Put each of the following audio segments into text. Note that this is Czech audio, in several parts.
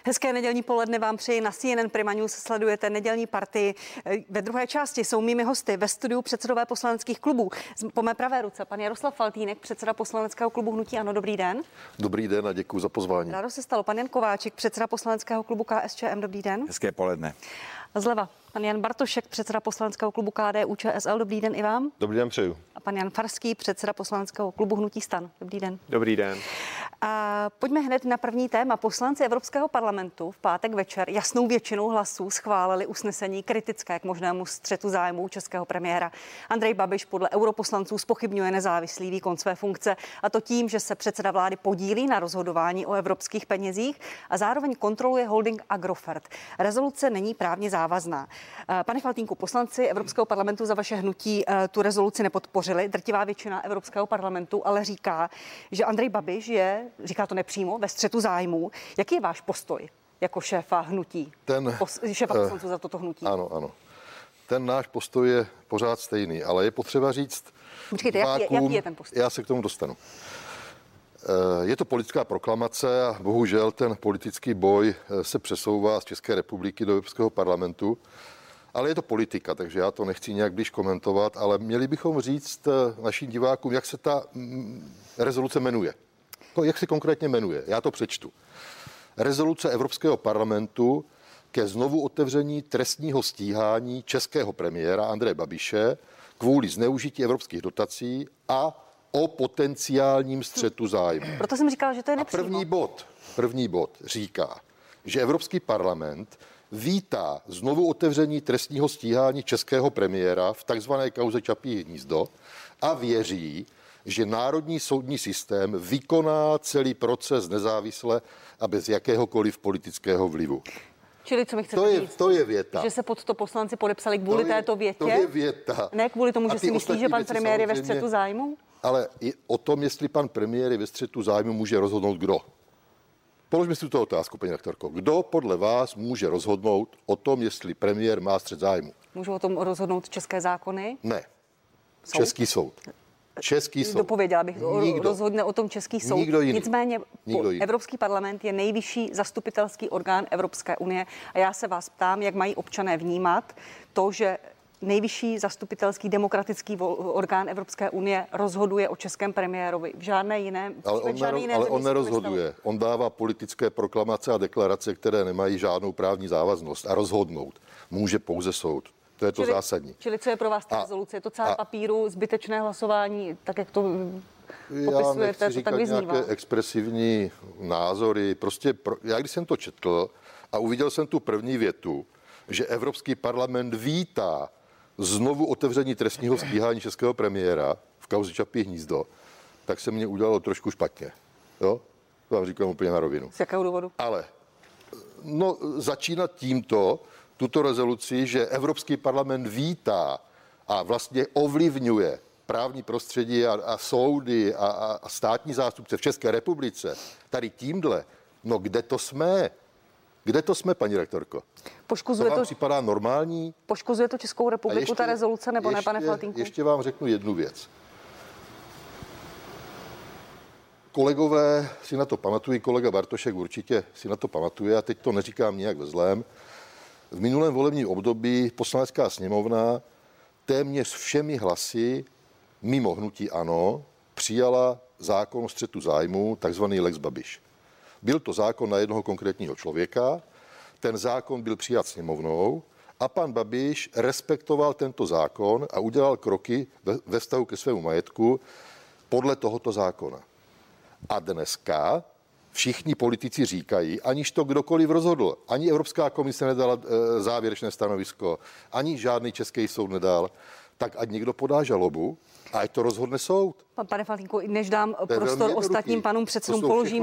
Hezké nedělní poledne vám přeji. Na CNN Prima News sledujete nedělní partii. Ve druhé části jsou mými hosty ve studiu předsedové poslaneckých klubů. Po mé pravé ruce pan Jaroslav Faltýnek, předseda poslaneckého klubu Hnutí ANO. Dobrý den. Dobrý den a děkuji za pozvání. Rádo se stalo. Pan Jan Kováčik, předseda poslaneckého klubu KSČM. Dobrý den. Hezké poledne. Zleva pan Jan Bartošek, předseda poslaneckého klubu KDU ČSL. Dobrý den i vám. Dobrý den, přeju. A pan Jan Farský, předseda poslaneckého klubu Hnutí STAN. Dobrý den. Dobrý den. A pojďme hned na první téma. Poslanci Evropského parlamentu v pátek večer jasnou většinou hlasů schválili usnesení kritické k možnému střetu zájmů českého premiéra. Andrej Babiš podle europoslanců zpochybňuje nezávislý výkon své funkce, a to tím, že se předseda vlády podílí na rozhodování o evropských penězích a zároveň kontroluje holding Agrofert. Rezoluce není právně závazná. Pane Faltýnku, poslanci Evropského parlamentu za vaše hnutí tu rezoluci nepodpořili. Drtivá většina Evropského parlamentu ale říká, že Andrej Babiš je, říká to nepřímo, ve střetu zájmů. Jaký je váš postoj jako šéfa hnutí? Šéfa poslanců za toto hnutí? Ano. Ten náš postoj je pořád stejný, ale je potřeba říct... Počkejte, jaký je ten postoj? Já se k tomu dostanu. Je to politická proklamace a bohužel ten politický boj se přesouvá z České republiky do Evropského parlamentu, ale je to politika, takže já to nechci nějak blíž komentovat, ale měli bychom říct našim divákům, jak se ta rezoluce jmenuje. Jak se konkrétně jmenuje? Já to přečtu. Rezoluce Evropského parlamentu ke znovu otevření trestního stíhání českého premiéra Andreje Babiše kvůli zneužití evropských dotací a o potenciálním střetu zájmu. Proto jsem říkal, že to je nepřímo. První bod říká, že Evropský parlament vítá znovu otevření trestního stíhání českého premiéra v takzvané kauze Čapí hnízdo a věří, že národní soudní systém vykoná celý proces nezávisle a bez jakéhokoliv politického vlivu. Čili co mi chcete říct? To je věta. Že se pod to poslanci podepsali kvůli této větě? To je věta. Ne kvůli tomu, že si myslí, že pan premiér je ve střetu zájmu? Ale i o tom, jestli pan premiér je ve střetu zájmu, může rozhodnout kdo? Položme si tuto otázku, paní rektorko. Kdo podle vás může rozhodnout o tom, jestli premiér má střet zájmu? Můžou o tom rozhodnout české zákony? Ne. Český soud. Dopověděla bych, rozhodne o tom český soud. Nikdo jiný. Nicméně Evropský parlament je nejvyšší zastupitelský orgán Evropské unie a já se vás ptám, jak mají občané vnímat to, že nejvyšší zastupitelský demokratický orgán Evropské unie rozhoduje o českém premiérovi. V žádné jiné... Ale on nerozhoduje. On dává politické proklamace a deklarace, které nemají žádnou právní závaznost a rozhodnout může pouze soud. To je to zásadní. Čili co je pro vás ta rezoluce? Je to celé papíru, zbytečné hlasování, tak jak to popisujete, já nechci říkat tak vyznívá. nějaké expresivní názory. Prostě já když jsem to četl a uviděl jsem tu první větu, že Evropský parlament vítá znovu otevření trestního stíhání českého premiéra v kauze Čapí hnízdo, tak se mě udělalo trošku špatně. Jo? To vám říkám úplně na rovinu. Z jakého důvodu? Ale začínat tuto rezoluci, že Evropský parlament vítá a vlastně ovlivňuje právní prostředí a soudy a státní zástupce v České republice, tady tímhle, kde to jsme? Kde to jsme, paní rektorko? To vám připadá normální? Poškozuje to Českou republiku ta rezoluce, nebo ne, pane Faltýnku? Ještě vám řeknu jednu věc. Kolegové si na to pamatují, kolega Bartošek určitě si na to pamatuje a teď to neříkám nijak ve zlém. V minulém volebním období Poslanecká sněmovna téměř všemi hlasy mimo hnutí ANO přijala zákon o střetu zájmů, takzvaný Lex Babiš. Byl to zákon na jednoho konkrétního člověka, ten zákon byl přijat sněmovnou a pan Babiš respektoval tento zákon a udělal kroky ve vztahu ke svému majetku podle tohoto zákona. A dneska všichni politici říkají, aniž to kdokoliv rozhodl, ani Evropská komise nedala závěrečné stanovisko, ani žádný český soud nedal, tak ať někdo podá žalobu a ať to rozhodne soud. Pane Faltýnku, než dám prostor ostatním panům předsedům,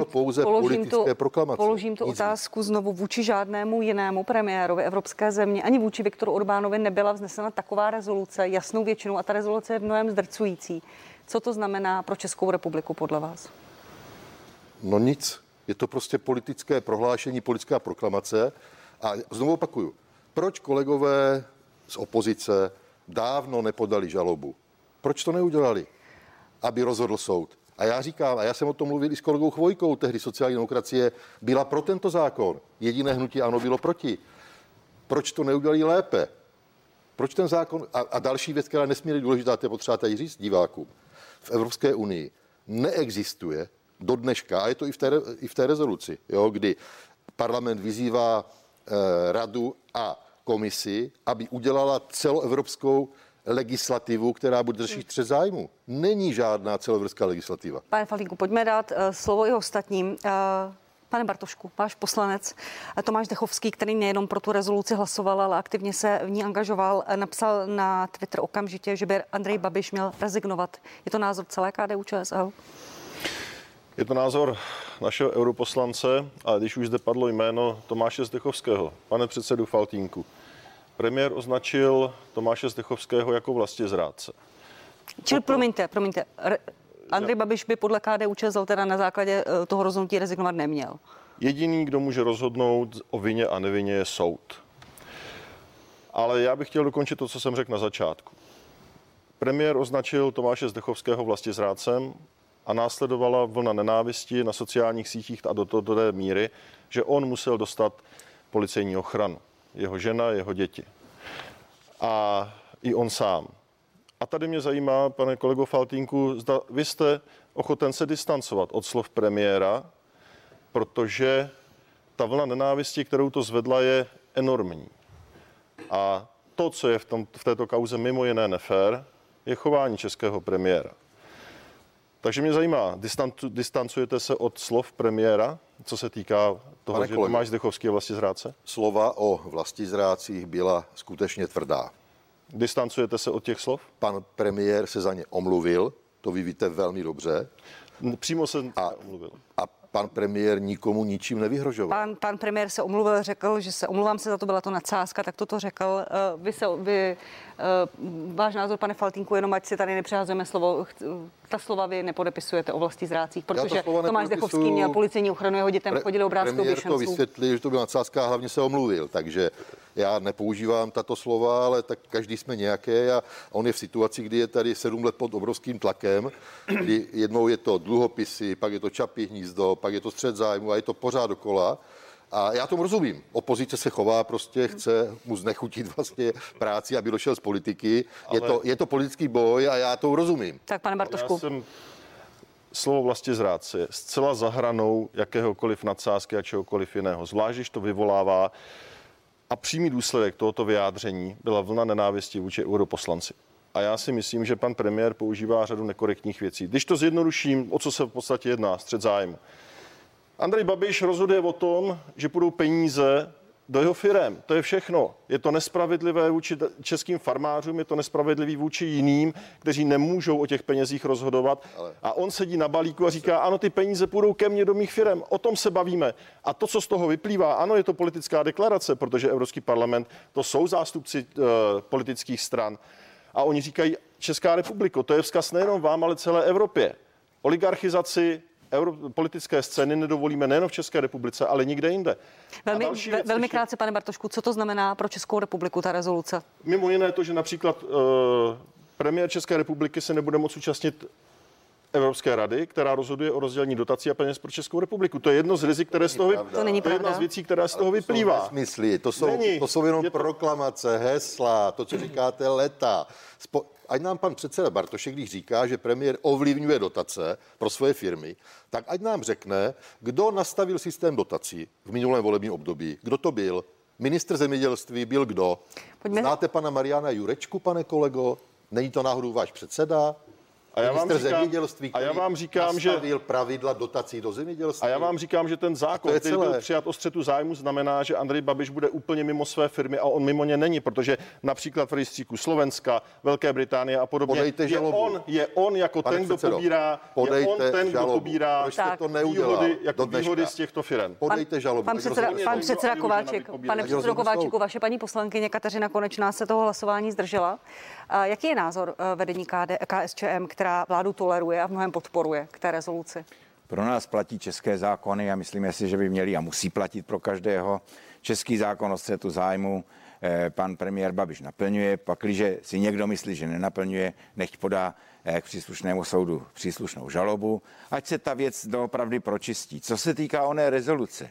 položím tu otázku znovu. Vůči žádnému jinému premiérovi evropské země, ani vůči Viktoru Orbánovi nebyla vznesena taková rezoluce jasnou většinou a ta rezoluce je v mnohem zdrcující. Co to znamená pro Českou republiku podle vás? No nic. Je to prostě politické prohlášení, politická proklamace. A znovu opakuju, proč kolegové z opozice dávno nepodali žalobu? Proč to neudělali, aby rozhodl soud? A A já říkám, a já jsem o tom mluvil i s kolegou Chvojkou, tehdy sociální demokracie byla pro tento zákon. Jediné hnutí ANO bylo proti. Proč to neudělali lépe? Proč ten zákon, a další věc, která je nesmírně důležitá, to je potřeba tady říct divákům, v Evropské unii neexistuje do dneška, a je to i v té rezoluci, jo, kdy parlament vyzývá radu a komisi, aby udělala celoevropskou legislativu, která bude řešit střet zájmu. Není žádná celoevropská legislativa. Pane Faltýnku, pojďme dát slovo i ostatním. Pane Bartošku, váš poslanec Tomáš Zdechovský, který nejenom pro tu rezoluci hlasoval, ale aktivně se v ní angažoval, napsal na Twitter okamžitě, že by Andrej Babiš měl rezignovat. Je to názor celé KDU-ČSL? Je to názor našeho europoslance, ale když už zde padlo jméno Tomáše Zdechovského, pane předsedu Faltýnku, premiér označil Tomáše Zdechovského jako vlastizrádce. Čili promiňte, Andrej Babiš by podle KDU-ČSL teda na základě toho rozhodnutí rezignovat neměl. Jediný, kdo může rozhodnout o vině a nevině, je soud. Ale já bych chtěl dokončit to, co jsem řekl na začátku. Premiér označil Tomáše Zdechovského vlastizrádcem a následovala vlna nenávisti na sociálních sítích a do té míry, že on musel dostat policejní ochranu. Jeho žena, jeho děti. A i on sám. A tady mě zajímá, pane kolego Faltýnku, zda vy jste ochoten se distancovat od slov premiéra, protože ta vlna nenávisti, kterou to zvedla, je enormní. A to, co je v této kauze mimo jiné nefér, je chování českého premiéra. Takže mě zajímá, distancujete se od slov premiéra, co se týká toho, že Tomáš Zdechovský je vlastizrádce? Slova o vlastizrádcích byla skutečně tvrdá. Distancujete se od těch slov? Pan premiér se za ně omluvil, to vy víte velmi dobře. Přímo se omluvil. A pan premiér nikomu ničím nevyhrožoval. Pan premiér se omluvil, řekl, že se omlouvám se za to, byla to nadsázka, tak toto řekl. Váš názor, pane Faltýnku, jenom ať si tady nepřehazujeme slovo, ta slova vy nepodepisujete o vlastizrádcích, protože Tomáš Zdechovský měl policejní ochranu, jeho dětem chodili obrázky Premiér to vysvětlil, že to byla nadsázka a hlavně se omluvil, takže já nepoužívám tato slova, ale tak každý jsme nějaké a on je v situaci, kdy je tady 7 let pod obrovským tlakem, kdy jednou je to dluhopisy, pak je to Čapí hnízdo, pak je to střet zájmu a je to pořád dokola. A já tomu rozumím. Opozice se chová, prostě chce mu znechutit vlastně práci, aby došel z politiky. Ale... Je to politický boj a já to rozumím. Tak, pane Bartošku. Slovo vlastizrádce je zcela za hranou jakéhokoliv nadsázky a čehokoliv jiného. Zvlášť, když to vyvolává. A přímý důsledek tohoto vyjádření byla vlna nenávisti vůči europoslanci. A já si myslím, že pan premiér používá řadu nekorektních věcí. Když to zjednoduším, o co se v podstatě jedná, střet zájmu. Andrej Babiš rozhoduje o tom, že půjdou peníze do jeho firem. To je všechno. Je to nespravedlivé vůči českým farmářům, je to nespravedlivý vůči jiným, kteří nemůžou o těch penězích rozhodovat. A on sedí na balíku a říká, ano, ty peníze půjdou ke mně do mých firem. O tom se bavíme. A to, co z toho vyplývá, ano, je to politická deklarace, protože Evropský parlament, to jsou zástupci politických stran. A oni říkají, Česká republiko, to je vzkaz nejenom vám, ale celé Evropě. Oligarchizaci politické scény nedovolíme nejen v České republice, ale nikde jinde. Velmi krátce, pane Bartošku, co to znamená pro Českou republiku ta rezoluce? Mimo jiné to, že například premiér České republiky se nebude moct účastnit Evropské rady, která rozhoduje o rozdělení dotací a peněz pro Českou republiku. To je jedno z rizik, které z toho to není to je jedna z věcí, která z toho vyplývá. To jsou jenom proklamace, hesla, to, co říkáte leta. Ať nám pan předseda Bartošek, když říká, že premiér ovlivňuje dotace pro svoje firmy, tak ať nám řekne, kdo nastavil systém dotací v minulém volebním období. Kdo to byl? Ministr zemědělství byl kdo? Znáte pana Mariana Jurečku, pane kolego? Není to náhodou váš předseda? A já vám říkám, že pravidla dotací do zemědělství. A já vám říkám, že ten zákon, který byl přijat o střetu zájmu, znamená, že Andrej Babiš bude úplně mimo své firmy a on mimo ně není, protože například v rejstříku Slovenska, Velké Británie a podobně je on jako ten, kdo pobírá, výhody z těchto firm. Podejte žalobu. Pan předseda Kováčik, pane předsedo Kováčiku, vaše paní poslankyně Kateřina Konečná se toho hlasování zdržela. Jaký je názor vedení KSČM, která vládu toleruje a v mnohem podporuje k té rezoluci? Pro nás platí české zákony a myslíme si, že by měli a musí platit pro každého. Český zákon o střetu zájmu pan premiér Babiš naplňuje. Pakliže si někdo myslí, že nenaplňuje, nechť podá k příslušnému soudu příslušnou žalobu, ať se ta věc doopravdy pročistí. Co se týká oné rezoluce,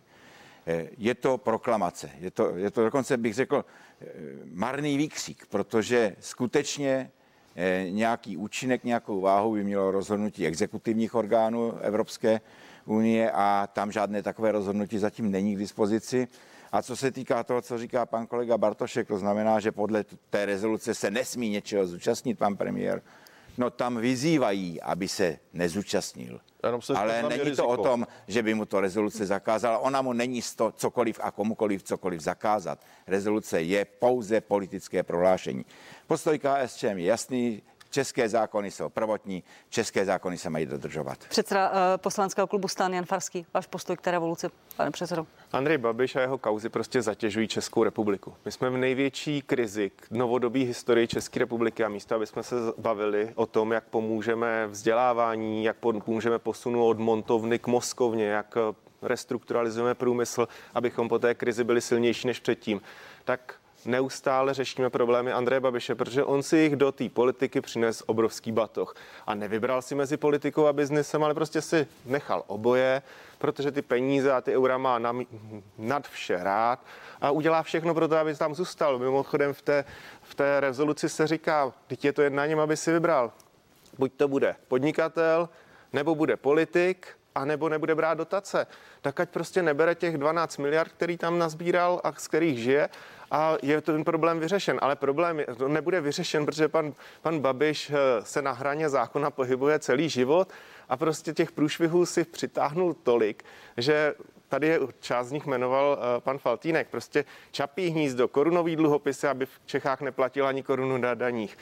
je to proklamace. Je to dokonce, bych řekl, marný výkřik, protože skutečně nějaký účinek, nějakou váhu by mělo rozhodnutí exekutivních orgánů Evropské unie a tam žádné takové rozhodnutí zatím není k dispozici. A co se týká toho, co říká pan kolega Bartošek, to znamená, že podle té rezoluce se nesmí něčeho zúčastnit pan premiér, no tam vyzývají, aby se nezúčastnil. Ale není to o tom, že by mu to rezoluce zakázala. Ona mu není cokoliv a komukoliv cokoliv zakázat. Rezoluce je pouze politické prohlášení. Postoj KSČM je jasný. České zákony jsou prvotní, české zákony se mají dodržovat. Předseda poslaneckého klubu STAN Jan Farský, váš postoj k té revoluci, pane předsedo. Andrej Babiš a jeho kauzy prostě zatěžují Českou republiku. My jsme v největší krizi k novodobé historii České republiky a místo, aby jsme se bavili o tom, jak pomůžeme vzdělávání, jak pomůžeme posunu od montovny k mozkovně, jak restrukturalizujeme průmysl, abychom po té krizi byli silnější než předtím, tak neustále řešíme problémy Andreje Babiše, protože on si jich do té politiky přines obrovský batoh. A nevybral si mezi politikou a biznesem, ale prostě si nechal oboje, protože ty peníze a ty eura má nad vše rád a udělá všechno pro to, aby tam zůstal. Mimochodem v té rezoluci se říká, teď je to jednáním, aby si vybral. Buď to bude podnikatel, nebo bude politik, a nebo nebude brát dotace. Tak ať prostě nebere těch 12 miliard, který tam nazbíral a z kterých žije, a je ten problém vyřešen. Ale problém nebude vyřešen, protože pan Babiš se na hraně zákona pohybuje celý život a prostě těch průšvihů si přitáhnul tolik, že tady je část z nich jmenoval pan Faltýnek. Prostě Čapí hnízdo, korunový dluhopisy, aby v Čechách neplatil ani korunu na daních.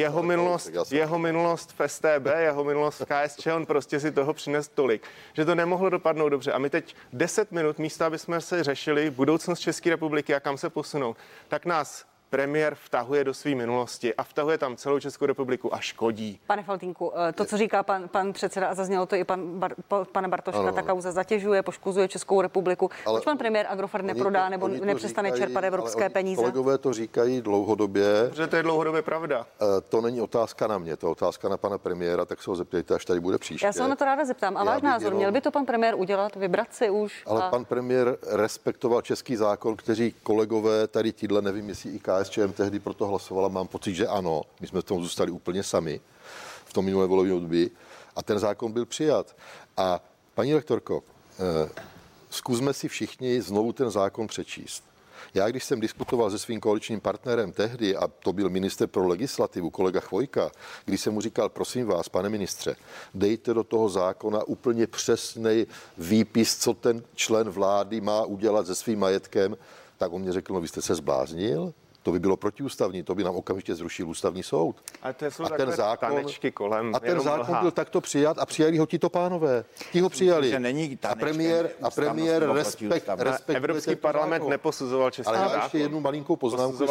Jeho minulost v STB, jeho minulost v KSČ, on prostě si toho přines tolik, že to nemohlo dopadnout dobře. A my teď 10 minut místo, aby jsme se řešili budoucnost České republiky a kam se posunout, tak nás premiér vtahuje do své minulosti a vtahuje tam celou Českou republiku a škodí. Pane Faltýnku, to, co říká pan předseda, a zaznělo to i pane Bartoška, ta kauza zatěžuje, poškozuje Českou republiku. Proč pan premiér Agrofert neprodá nebo nepřestane čerpat evropské peníze? Kolegové to říkají dlouhodobě. Protože to je dlouhodobě pravda. To není otázka na mě, to je otázka na pana premiéra, tak se ho zeptejte, až tady bude příště. Já se na to ráda zeptám. A váš názor, měl by to pan premiér udělat, vybrat si už? Ale pan premiér respektoval český zákon, který kolegové tady tíhle, nevím, jestli i KSČM tehdy proto hlasovala, mám pocit, že ano. My jsme v tom zůstali úplně sami v tom minulém volebním období a ten zákon byl přijat. A paní rektorko, zkusme si všichni znovu ten zákon přečíst. Já, když jsem diskutoval se svým koaličním partnerem tehdy, a to byl ministr pro legislativu, kolega Chvojka, když jsem mu říkal, prosím vás, pane ministře, dejte do toho zákona úplně přesný výpis, co ten člen vlády má udělat se svým majetkem, tak on mě řekl, no vy jste se zbláznil? To by bylo protiústavní, to by nám okamžitě zrušil ústavní soud. A ten zákon kolem. A ten zákon byl takto přijat a přijali ho tito pánové. Ti ho přijali. A premiér respektuje. Evropský parlament neposuzoval český zákon. Ale já ještě jednu malinkou poznámku.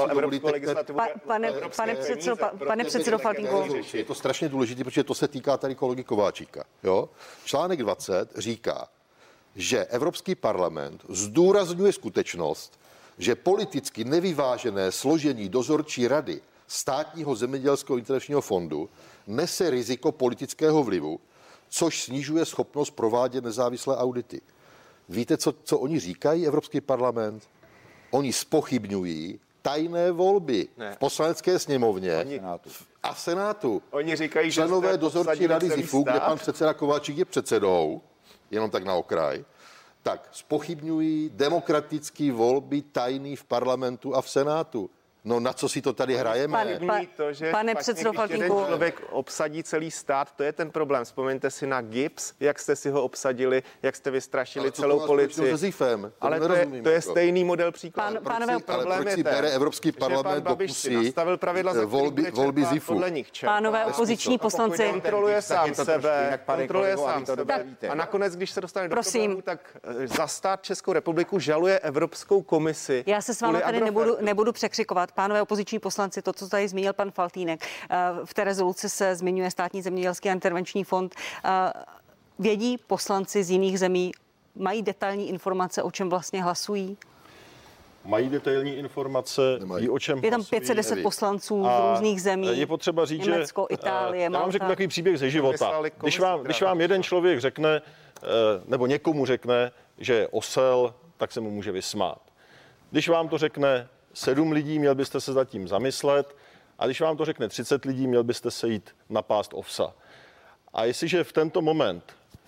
Pane předsedo Faltýnku. Je to strašně důležité, protože to se týká tady kolegy Kováčika. Jo? Článek 20 říká, že Evropský parlament zdůrazňuje skutečnost, že politicky nevyvážené složení dozorčí rady Státního zemědělského intervenčního fondu nese riziko politického vlivu, což snižuje schopnost provádět nezávislé audity. Víte, co oni říkají, Evropský parlament? Oni zpochybňují tajné volby v Poslanecké sněmovně a v Senátu. Oni říkají, že členové dozorčí rady ZIFu, kde pan předseda Kováčik je předsedou, jenom tak na okraj, tak zpochybňují demokratické volby tajný v parlamentu a v Senátu. No na co si to tady hrajeme? Pane předsedo Faltýnku. Jeden člověk obsadí celý stát, to je ten problém. Vzpomeňte si na GIBS, jak jste si ho obsadili, jak jste vystrašili celou policii. Ale to je stejný model příkladu. Ale proč si bere Evropský parlament do pusy volby ZIFu? Podle nich pánové opoziční poslanci. Kontroluje sám sebe. A nakonec, když se dostane do problému, tak za stát Českou republiku žaluje Evropskou komisi. Já se s vámi tady nebudu překřikovat. Pánové opoziční poslanci, to, co tady zmínil pan Faltýnek, v té rezoluci se zmiňuje Státní zemědělský a intervenční fond. Vědí poslanci z jiných zemí, mají detailní informace, o čem vlastně hlasují? mají detailní informace, ví o čem Je tam hlasují, 510 neví. poslanců A z různých zemí. je potřeba říct, Německo, Itálie, já vám Malta. řeknu takový příběh ze života. Vyslali Když vám jeden člověk řekne, nebo někomu řekne, že je osel, tak se mu může vysmát. Když vám to řekne 7 lidí, měl byste se za tím zamyslet, a když vám to řekne 30 lidí, měl byste se jít napást ovsa. A jestliže v tento moment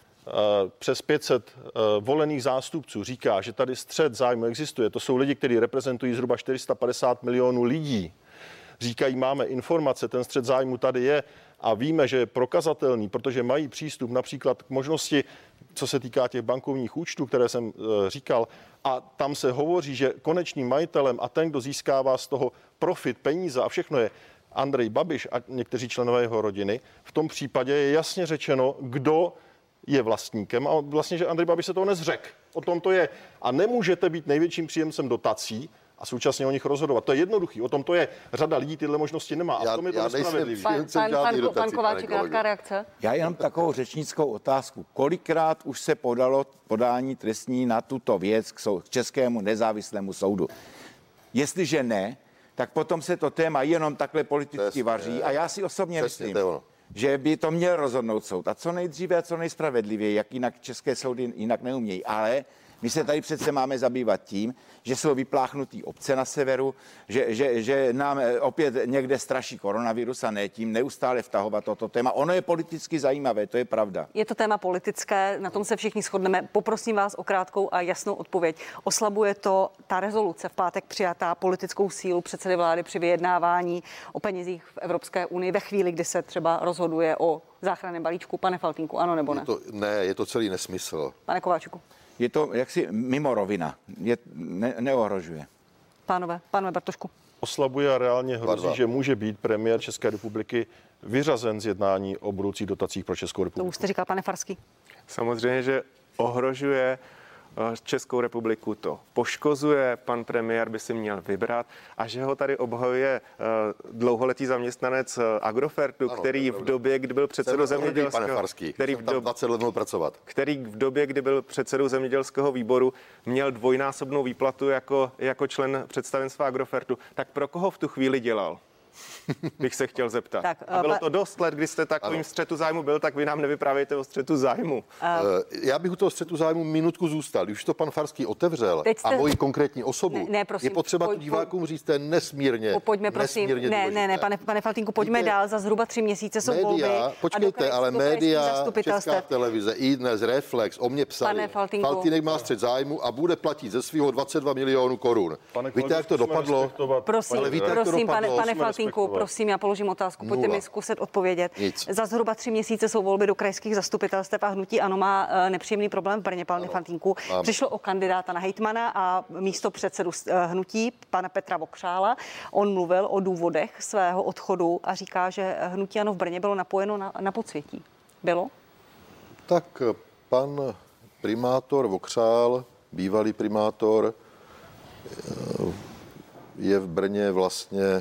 přes 500 volených zástupců říká, že tady střet zájmu existuje, to jsou lidi, kteří reprezentují zhruba 450 milionů lidí, říkají, máme informace, ten střet zájmu tady je a víme, že je prokazatelný, protože mají přístup například k možnosti, co se týká těch bankovních účtů, které jsem říkal, a tam se hovoří, že konečným majitelem a ten, kdo získává z toho profit, peníze a všechno je Andrej Babiš a někteří členové jeho rodiny, v tom případě je jasně řečeno, kdo je vlastníkem a vlastně, že Andrej Babiš se toho nezřekl. O tom to je. A nemůžete být největším příjemcem dotací a současně o nich rozhodovat. To je jednoduchý. O tom to je. Řada lidí tyhle možnosti nemá. A v tom je to nespravedlivý. Pan Kováčik, krátká reakce. Já jenom takovou řečnickou otázku. Kolikrát už se podalo podání trestní na tuto věc k Českému nezávislému soudu? Jestliže ne, tak potom se to téma jenom takhle politicky vaří. A já si osobně myslím, že by to měl rozhodnout soud. A co nejdříve a co nejspravedlivěji, jak jinak české soudy jinak neumějí. Ale my se tady přece máme zabývat tím, že jsou vypláchnutý obce na severu, že nám opět někde straší koronavirus a ne tím neustále vtahovat toto téma. Ono je politicky zajímavé, to je pravda. Je to téma politické, na tom se všichni shodneme. Poprosím vás o krátkou a jasnou odpověď. Oslabuje to ta rezoluce v pátek přijatá politickou sílu předsedy vlády při vyjednávání o penězích v Evropské unii ve chvíli, kdy se třeba rozhoduje o záchranném balíčku? Pane Faltýnku, ano nebo ne? Je to celý nesmysl. Pane Kováčiku. Je to jaksi mimo rovina. Neohrožuje. Pánové Bartošku. Oslabuje a reálně hrozí, že může být premiér České republiky vyřazen z jednání o budoucích dotacích pro Českou republiku. To už jste říkal, pane Farský. Samozřejmě, že ohrožuje Českou republiku, to poškozuje, pan premiér by si měl vybrat a že ho tady obhajuje dlouholetý zaměstnanec Agrofertu, který v době, kdy byl předsedou zemědělského, který v době, kdy byl předsedou zemědělského výboru, měl dvojnásobnou výplatu jako člen představenstva Agrofertu, tak pro koho v tu chvíli dělal? Bych se chtěl zeptat. Tak, a bylo to dost let, kdy jste takovým střetu zájmu byl, tak vy nám nevyprávějte o střetu zájmu. Já bych u toho střetu zájmu minutku zůstal. Když to pan Farský otevřel a moji konkrétní osobu, prosím, je potřeba divákům říct, to je nesmírně. Pojďme prosím, pane Faltýnku, pojďme dál. Za zhruba 3 měsíce jsou volby. Počkejte, ale média, Česká televize, iDnes, Reflex, o mě psali. Faltýnek má střet zájmu a bude platit ze svého 22 milionů korun. Víte, jak to dopadlo? Prosím, pane Faltýnku, prosím, já položím otázku, pojďte mi zkusit odpovědět. Za zhruba 3 měsíce jsou volby do krajských zastupitelstev a hnutí ANO má nepříjemný problém v Brně, pane Faltýnku. Přišlo o kandidáta na hejtmana a místo předsedu hnutí, pana Petra Vokřála. On mluvil o důvodech svého odchodu a říká, že hnutí ANO v Brně bylo napojeno na podsvětí. Bylo? Tak pan primátor Vokřál, bývalý primátor, je v Brně vlastně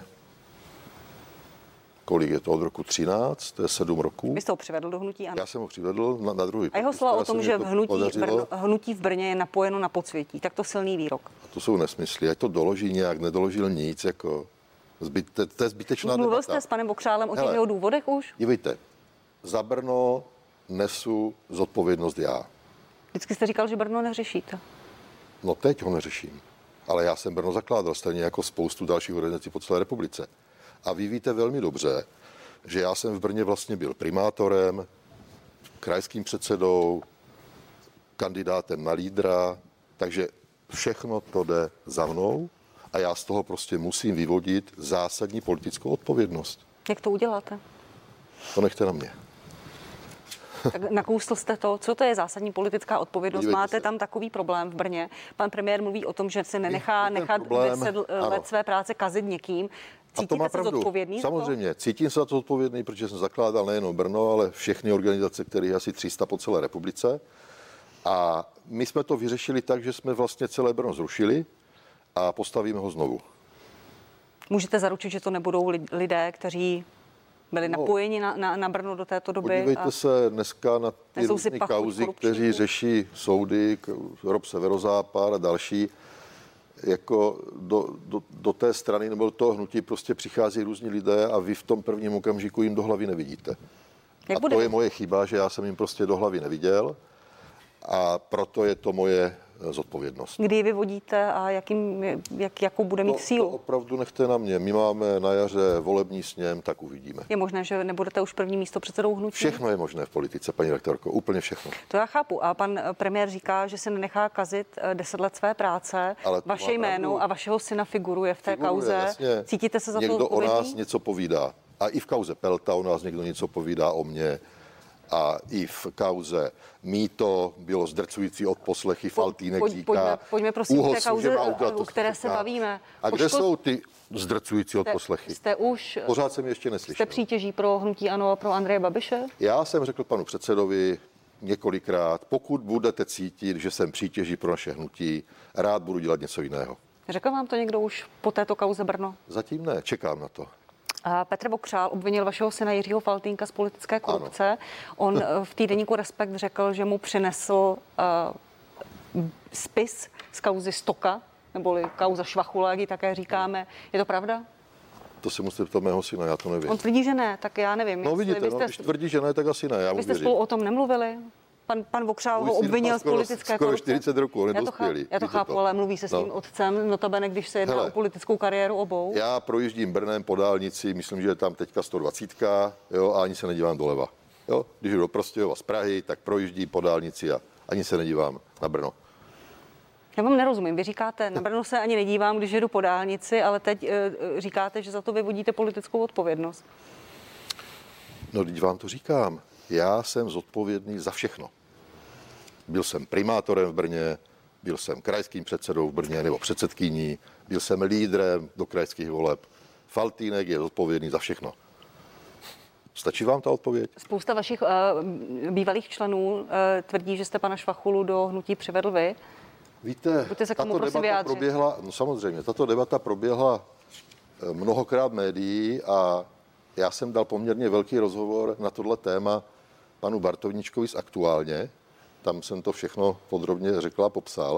kolik je to, od roku 13, to je 7 roků. Vy jste ho přivedl do hnutí, ano. Já jsem ho přivedl na druhý. A jeho slova o tom, že hnutí v Brně je napojeno na podsvětí, tak to silný výrok. A to jsou nesmysly, ať to doloží nějak, nedoložil nic, jako to je zbytečná debata. Mluvil jste s panem Vokřálem o těch jeho důvodech už? Dívejte, za Brno nesu zodpovědnost já. Vždycky jste říkal, že Brno neřešíte. No teď ho neřeším, ale já jsem Brno zakládal, stejně jako spoustu dalších organizací po celé republice. A vy víte velmi dobře, že já jsem v Brně vlastně byl primátorem, krajským předsedou, kandidátem na lídra, takže všechno to jde za mnou a já z toho prostě musím vyvodit zásadní politickou odpovědnost. Jak to uděláte? To nechte na mě. Tak nakousl jste to, co to je zásadní politická odpovědnost? Máte tam takový problém v Brně. Pan premiér mluví o tom, že se nenechá nechat 10 let své práce kazit někým. Cítíte se zodpovědný? Samozřejmě, cítím se za to zodpovědný, protože jsem zakládal nejenom Brno, ale všechny organizace, které je asi 300 po celé republice. A my jsme to vyřešili tak, že jsme vlastně celé Brno zrušili a postavíme ho znovu. Můžete zaručit, že to nebudou lidé, kteří byli napojeni na Brno do této doby? Podívejte se dneska na ty různé kauzy, kteří řeší soudy, ROP Severozápad a další. jako do té strany nebo do toho hnutí prostě přichází různí lidé a vy v tom prvním okamžiku jim do hlavy nevidíte. Jak a bude? to je moje chyba, že já jsem jim prostě do hlavy neviděl a proto je to moje zodpovědnost. Kdy ji vyvodíte a jakou bude mít To sílu? opravdu nechte na mě. My máme na jaře volební sněm, tak uvidíme. Je možné, že nebudete už první místo předsedou hnutí? Všechno je možné v politice, paní rektorko, úplně všechno. To já chápu. A pan premiér říká, že se nenechá kazit 10 let své práce. Ale to Vaše má jméno pravdu. a vašeho syna figuruje v té kauze. Jasně. Cítíte se za to Někdo o nás odpovědný? něco povídá. A i v kauze Pelta o nás někdo něco povídá o mně. A i v kauze mýto bylo zdrcující odposlechy, Faltýnek říká. Pojďme prosím k té kauze, auta, o které se bavíme. A kde jsou ty zdrcující odposlechy? Jste už Pořád jsem je ještě neslyšel. jste přítěží pro hnutí ANO a pro Andreje Babiše? Já jsem řekl panu předsedovi několikrát, pokud budete cítit, že jsem přítěží pro naše hnutí, rád budu dělat něco jiného. Řekl vám to někdo už po této kauze Brno? Zatím ne, čekám na to. A Petr Vokřál obvinil vašeho syna Jiřího Faltýnka z politické korupce. Ano. On v týdeníku Respekt řekl, že mu přinesl spis z kauzy Stoka, neboli kauza Švachula, jak ji také říkáme. Je to pravda? To se musíte ptát mého syna, já to nevím. On tvrdí, že ne, tak já nevím. No vidíte, když tvrdí, že ne, tak asi ne, já mu Vy jste věřím. spolu o tom nemluvili? Pan Vokřál ho Můj syn obvinil má z politické skoro korupce? 40 roků, on je dospělý. Já to víte chápu, ale mluví se s tím otcem, notabene, když se jedná o politickou kariéru obou. Já projíždím Brnem po dálnici, myslím, že je tam teďka 120, jo, a ani se nedívám doleva. Jo? Když jdu do Prostějova z Prahy, tak projíždím po dálnici a ani se nedívám na Brno. Já vám nerozumím. Vy říkáte, na Brno se ani nedívám, když jedu po dálnici, ale teď říkáte, že za to vyvodíte politickou odpovědnost. No, teď vám to říkám. Já jsem zodpovědný za všechno. Byl jsem primátorem v Brně, byl jsem krajským předsedou v Brně nebo předsedkyní, byl jsem lídrem do krajských voleb. Faltýnek je zodpovědný za všechno. Stačí vám ta odpověď? Spousta vašich bývalých členů tvrdí, že jste pana Švachulu do hnutí přivedl vy. Víte, tato debata proběhla, no samozřejmě, tato debata proběhla mnohokrát v médií a já jsem dal poměrně velký rozhovor na tohle téma panu Bartovničkovi z Aktuálně. Tam jsem to všechno podrobně řekl a popsal.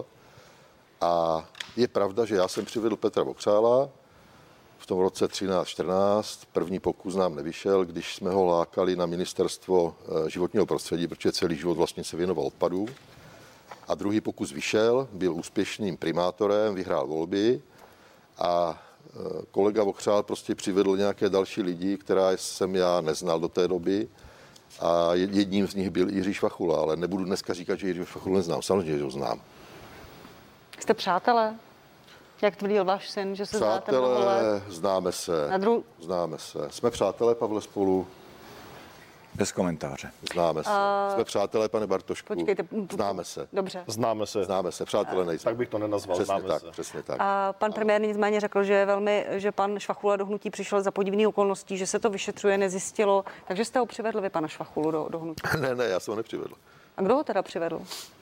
A je pravda, že já jsem přivedl Petra Vokřála v tom roce 13-14. První pokus nám nevyšel, když jsme ho lákali na ministerstvo životního prostředí, protože celý život vlastně se věnoval odpadům. A druhý pokus vyšel, byl úspěšným primátorem, vyhrál volby a kolega Vokřál prostě přivedl nějaké další lidi, která jsem já neznal do té doby. A jedním z nich byl Jiří Švachula, ale nebudu dneska říkat, že Jiří Švachulu neznám. Samozřejmě, že ho znám. Jste přátelé? Jak tvrdil váš syn, že se znáte mnoho let? Známe se. Známe se. Jsme přátelé, Pavle, spolu? Bez komentáře. Známe se. Jsme přátelé, pane Bartošku? Počkejte. Známe se. Dobře. Známe se. Přátelé nejsme. Tak bych to nenazval. Přesně tak. A pan premiér nicméně řekl, že pan Švachula do hnutí přišel za podivných okolností, že se to vyšetřuje, nezjistilo. Takže jste ho přivedl vy, pana Švachulu, do hnutí. Ne, já jsem ho nepřivedl. A kdo ho teda přivedl?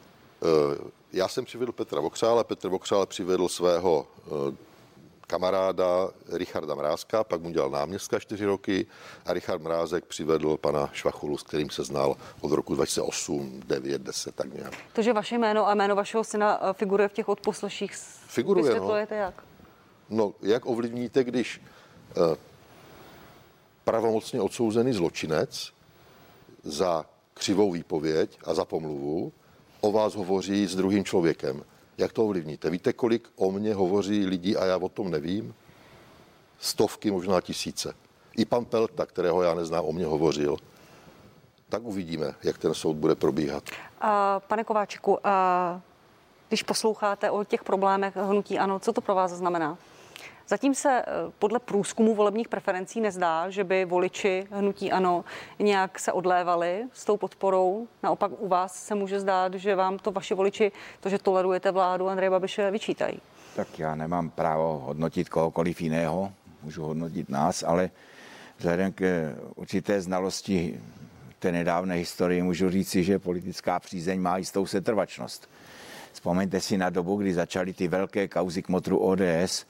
Já jsem přivedl Petra Vokřála, Petr Vokřál přivedl svého kamaráda Richarda Mrázka, pak mu dělal náměstka 4 roky a Richard Mrázek přivedl pana Švachulu, s kterým se znal od roku 2008, 9, 10, tak nějak. To, že vaše jméno a jméno vašeho syna figuruje v těch odposleších, vysvětlujete jak? No, jak ovlivníte, když pravomocně odsouzený zločinec za křivou výpověď a za pomluvu o vás hovoří s druhým člověkem? Jak to ovlivníte? Víte, kolik o mně hovoří lidí a já o tom nevím? Stovky, možná tisíce. I pan Pelta, kterého já neznám, o mě hovořil. Tak uvidíme, jak ten soud bude probíhat. Pane Kováčiku, když posloucháte o těch problémech hnutí ANO, co to pro vás znamená? Zatím se podle průzkumu volebních preferencí nezdá, že by voliči hnutí ANO nějak se odlévali s tou podporou. Naopak u vás se může zdát, že vám to vaši voliči, to, že tolerujete vládu Andreje Babiše, vyčítají. Tak já nemám právo hodnotit kohokoliv jiného, můžu hodnotit nás, ale vzhledem k určité znalosti té nedávné historie můžu říci, že politická přízeň má jistou setrvačnost. Vzpomeňte si na dobu, kdy začaly ty velké kauzy kmotru ODS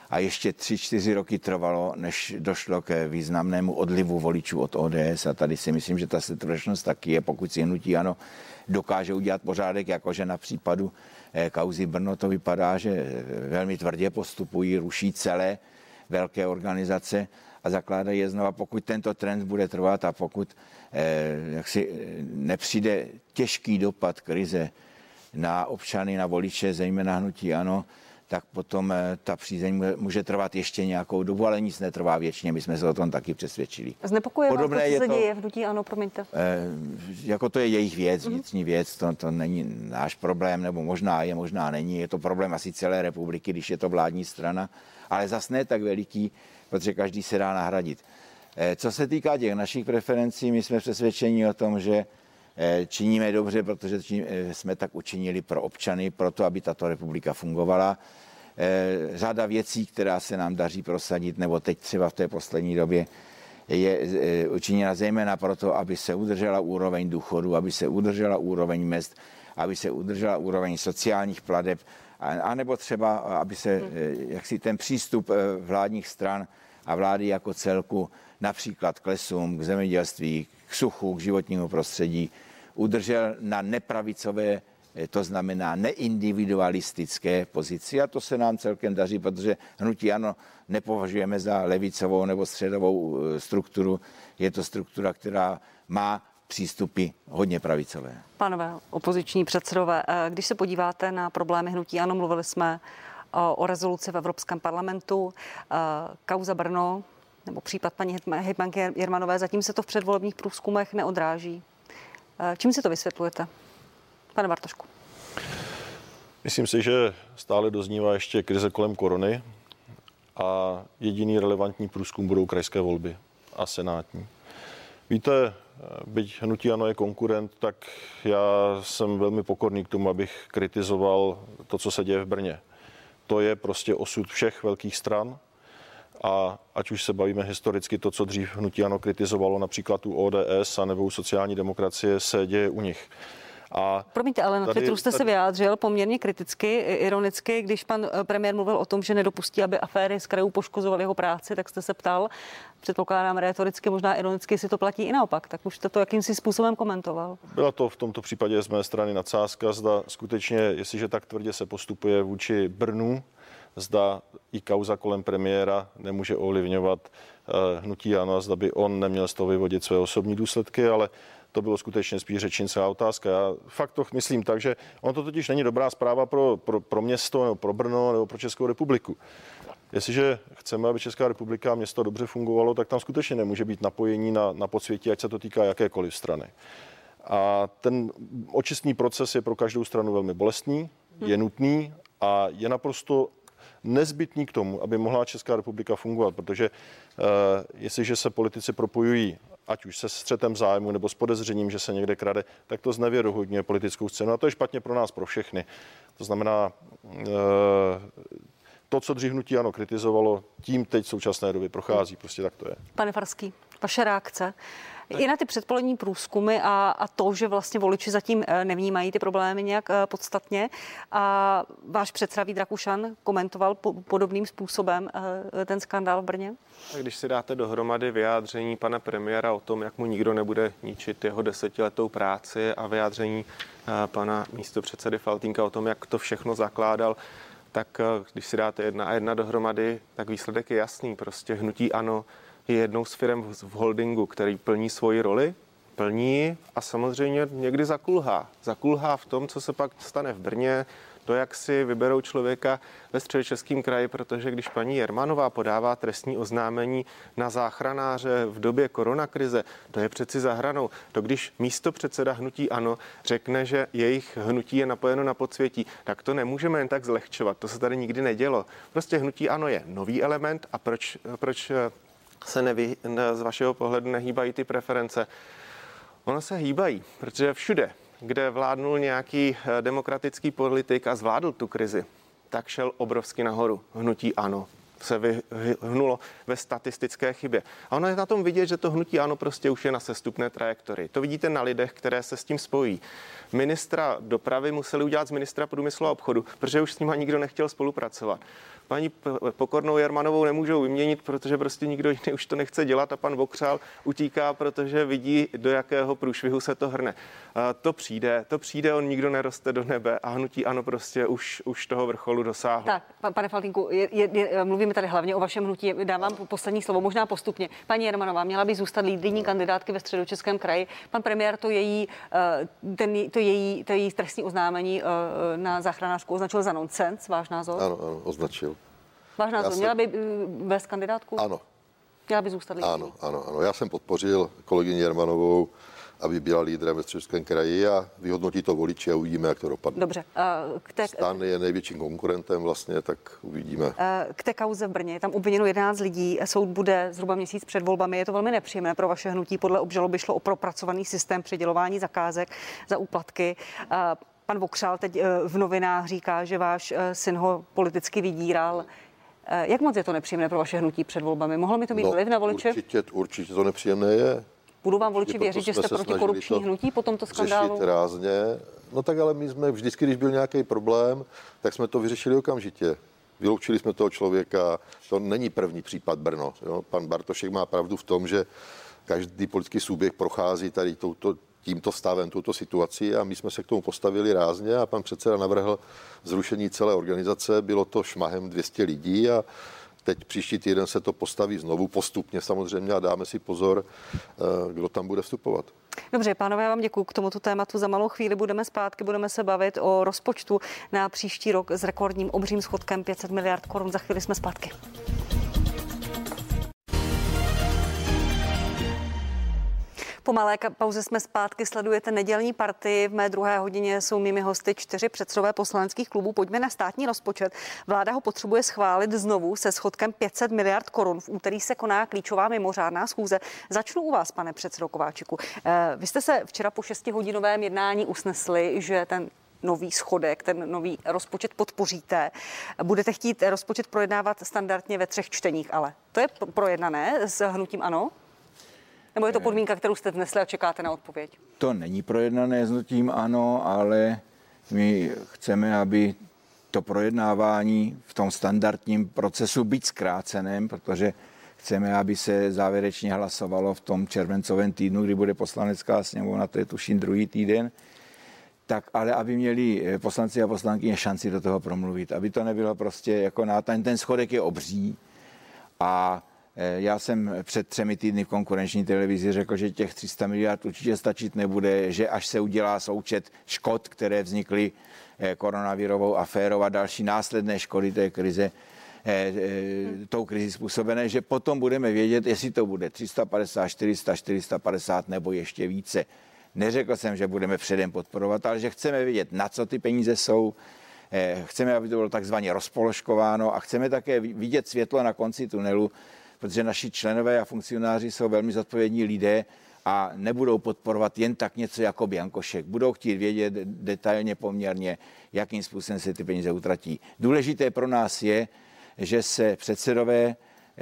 a ještě 3-4 roky trvalo, než došlo k významnému odlivu voličů od ODS a tady si myslím, že ta setrvačnost taky je, pokud si hnutí ANO dokáže udělat pořádek, jakože na případu kauzy Brno to vypadá, že velmi tvrdě postupují, ruší celé velké organizace a zakládají je znova, pokud tento trend bude trvat a pokud jaksi nepřijde těžký dopad krize na občany, na voliče, zejména hnutí ANO, tak potom ta přízeň může trvat ještě nějakou dobu, ale nic netrvá věčně, my jsme se o tom taky přesvědčili. Znepokojuje vás to, co se děje v hnutí ANO, promiňte? Jako to je jejich věc, vnitřní věc, to není náš problém, nebo možná je, možná není, je to problém asi celé republiky, když je to vládní strana, ale zas ne tak veliký, protože každý se dá nahradit. Co se týká těch našich preferencí, my jsme přesvědčeni o tom, že činíme dobře, protože jsme tak učinili pro občany, pro to, aby tato republika fungovala. Řada věcí, která se nám daří prosadit, nebo teď třeba v té poslední době, je učiněna zejména proto, aby se udržela úroveň důchodu, aby se udržela úroveň mezd, aby se udržela úroveň sociálních plateb, anebo třeba, aby se jaksi ten přístup vládních stran a vlády jako celku například k lesům, k zemědělství, k suchu, k životnímu prostředí udržel na nepravicové, to znamená neindividualistické pozici a to se nám celkem daří, protože hnutí ANO nepovažujeme za levicovou nebo středovou strukturu. Je to struktura, která má přístupy hodně pravicové. Pánové opoziční předsedové, když se podíváte na problémy hnutí ANO, mluvili jsme o rezoluci v Evropském parlamentu, kauza Brno nebo případ paní hejtmanky Jermanové, zatím se to v předvolebních průzkumech neodráží. Čím si to vysvětlujete, pane Bartošku? Myslím si, že stále doznívá ještě krize kolem korony a jediný relevantní průzkum budou krajské volby a senátní. Víte, byť hnutí ANO je konkurent, tak já jsem velmi pokorný k tomu, abych kritizoval to, co se děje v Brně. To je prostě osud všech velkých stran a ať už se bavíme historicky, to, co dřív hnutí ANO kritizovalo například u ODS a nebo u sociální demokracie, se děje u nich. Promiňte, ale na Twitteru jste se vyjádřil poměrně kriticky, ironicky, když pan premiér mluvil o tom, že nedopustí, aby aféry z krajů poškozovaly jeho práci, tak jste se ptal, předpokládám rétoricky, možná ironicky, jestli to platí i naopak, tak už jste to jakýmsi způsobem komentoval. Byla to v tomto případě z mé strany nadsázka, zda skutečně, jestliže tak tvrdě se postupuje vůči Brnu, zda i kauza kolem premiéra nemůže ovlivňovat hnutí ANO, zda by on neměl z toho vyvodit své osobní důsledky, ale to bylo skutečně spíš řečnická otázka. Já fakt to myslím tak, že ono to totiž není dobrá zpráva pro město, nebo pro Brno, nebo pro Českou republiku. Jestliže chceme, aby Česká republika a město dobře fungovalo, tak tam skutečně nemůže být napojení na podsvětí, ať se to týká jakékoliv strany. A ten očistný proces je pro každou stranu velmi bolestný, je nutný a je naprosto nezbytný k tomu, aby mohla Česká republika fungovat, protože jestliže se politici propojují ať už se střetem zájmu nebo s podezřením, že se někde krade, tak to znevěrohodňuje politickou scénu a to je špatně pro nás, pro všechny. To znamená, to, co dřív hnutí ANO kritizovalo, tím teď v současné době prochází, prostě tak to je. Pane Farský, vaše reakce? I na ty předvolební průzkumy a to, že vlastně voliči zatím nevnímají ty problémy nějak podstatně. A váš předseda Vít Rakušan komentoval podobným způsobem ten skandál v Brně? Když si dáte dohromady vyjádření pana premiéra o tom, jak mu nikdo nebude ničit jeho 10letou práci a vyjádření pana místopředsedy Faltýnka o tom, jak to všechno zakládal, tak když si dáte 1 a 1 dohromady, tak výsledek je jasný. Prostě hnutí ANO je jednou z firem v holdingu, který plní svoji roli, plní a samozřejmě někdy zakulhá. Zakulhá v tom, co se pak stane v Brně, to, jak si vyberou člověka ve Středočeském kraji, protože když paní Jermanová podává trestní oznámení na záchranáře v době koronakrize, to je přeci za hranou. To když místopředseda hnutí ANO řekne, že jejich hnutí je napojeno na podsvětí, tak to nemůžeme jen tak zlehčovat. To se tady nikdy nedělo. Prostě hnutí ANO je nový element a proč se z vašeho pohledu nehýbají ty preference? Ono se hýbají, protože všude, kde vládnul nějaký demokratický politik a zvládl tu krizi, tak šel obrovsky nahoru. Hnutí ANO se vyhnulo ve statistické chybě. A ono je na tom vidět, že to hnutí ANO prostě už je na sestupné trajektorii. To vidíte na lidech, které se s tím spojí. Ministra dopravy museli udělat z ministra průmyslu a obchodu, protože už s nima nikdo nechtěl spolupracovat. paní Pokornou Jermanovou nemůžou vyměnit, protože prostě nikdo jiný už to nechce dělat a pan Vokřál utíká, protože vidí, do jakého průšvihu se to hrne. To přijde, on nikdo neroste do nebe a hnutí ANO prostě už toho vrcholu dosáhlo. Tak, pane Faltýnku, mluvíme tady hlavně o vašem hnutí. Dávám poslední slovo, možná postupně. Paní Jermanová měla by zůstat lídryní kandidátky ve Středočeském kraji. Pan premiér to její trestní oznámení na záchranářku označil za nonsens. Váš názor? Ano, označil. Váš názor, měla by vést kandidátku? Ano. Měla by zůstat lídryní? Ano. Já jsem podpořil kolegyni Jermanovou, aby byla lídrem ve Středočeském kraji a vyhodnotí to voliči a uvidíme, jak to dopadne. Dobře. STAN je největším konkurentem vlastně, tak uvidíme. K té kauze v Brně je tam obviněno 11 lidí. Soud bude zhruba měsíc před volbami. Je to velmi nepříjemné pro vaše hnutí. Podle obžaloby šlo o propracovaný systém přidělování zakázek za úplatky. Pan Vokřál teď v novinách říká, že váš syn ho politicky vydíral. Jak moc je to nepříjemné pro vaše hnutí před volbami? Mohlo mi to mít vliv na voliče? Určitě to nepříjemné je. Budou vám voliči věřit, že jste protikorupční hnutí po tomto skandálu? Řešit rázně. No tak ale my jsme vždycky, když byl nějaký problém, tak jsme to vyřešili okamžitě. Vyloučili jsme toho člověka. To není první případ Brno. Jo? Pan Bartošek má pravdu v tom, že každý politický subjekt prochází tady tímto stavem, touto situací a my jsme se k tomu postavili rázně a pan předseda navrhl zrušení celé organizace. Bylo to šmahem 200 lidí a teď příští týden se to postaví znovu postupně samozřejmě a dáme si pozor, kdo tam bude vstupovat. Dobře, pánové, já vám děkuji k tomuto tématu. Za malou chvíli budeme zpátky, budeme se bavit o rozpočtu na příští rok s rekordním obřím schodkem 500 miliard korun. Za chvíli jsme zpátky. Po malé pauze jsme zpátky, sledujete nedělní partii. V mé druhé hodině jsou mými hosty 4 předsedové poslaneckých klubů. Pojďme na státní rozpočet. Vláda ho potřebuje schválit znovu se schodkem 500 miliard korun. V úterý se koná klíčová mimořádná schůze. Začnu u vás, pane předsedo Kováčiku. Vy jste se včera po 6hodinovém jednání usnesli, že ten nový schodek, ten nový rozpočet podpoříte. Budete chtít rozpočet projednávat standardně ve 3 čteních, ale to je projednané s hnutím ANO? Nebo je to podmínka, kterou jste vnesli a čekáte na odpověď? To není projednané s hnutím ANO, ale my chceme, aby to projednávání v tom standardním procesu být zkráceném, protože chceme, aby se závěrečně hlasovalo v tom červencovém týdnu, kdy bude poslanecká sněmovna, to je tuším druhý týden, tak ale aby měli poslanci a poslankyně šanci do toho promluvit, aby to nebylo prostě jako ten schodek je obří a já jsem před 3 týdny v konkurenční televizi řekl, že těch 300 miliard určitě stačit nebude, že až se udělá součet škod, které vznikly koronavirovou aférou a další následné škody té krize, tou krizi způsobené, že potom budeme vědět, jestli to bude 350, 400, 450 nebo ještě více. Neřekl jsem, že budeme předem podporovat, ale že chceme vědět, na co ty peníze jsou, chceme, aby to bylo takzvaně rozpoložkováno a chceme také vidět světlo na konci tunelu, protože naši členové a funkcionáři jsou velmi zodpovědní lidé a nebudou podporovat jen tak něco jako biankošek. Budou chtít vědět detailně poměrně, jakým způsobem se ty peníze utratí. Důležité pro nás je, že se předsedové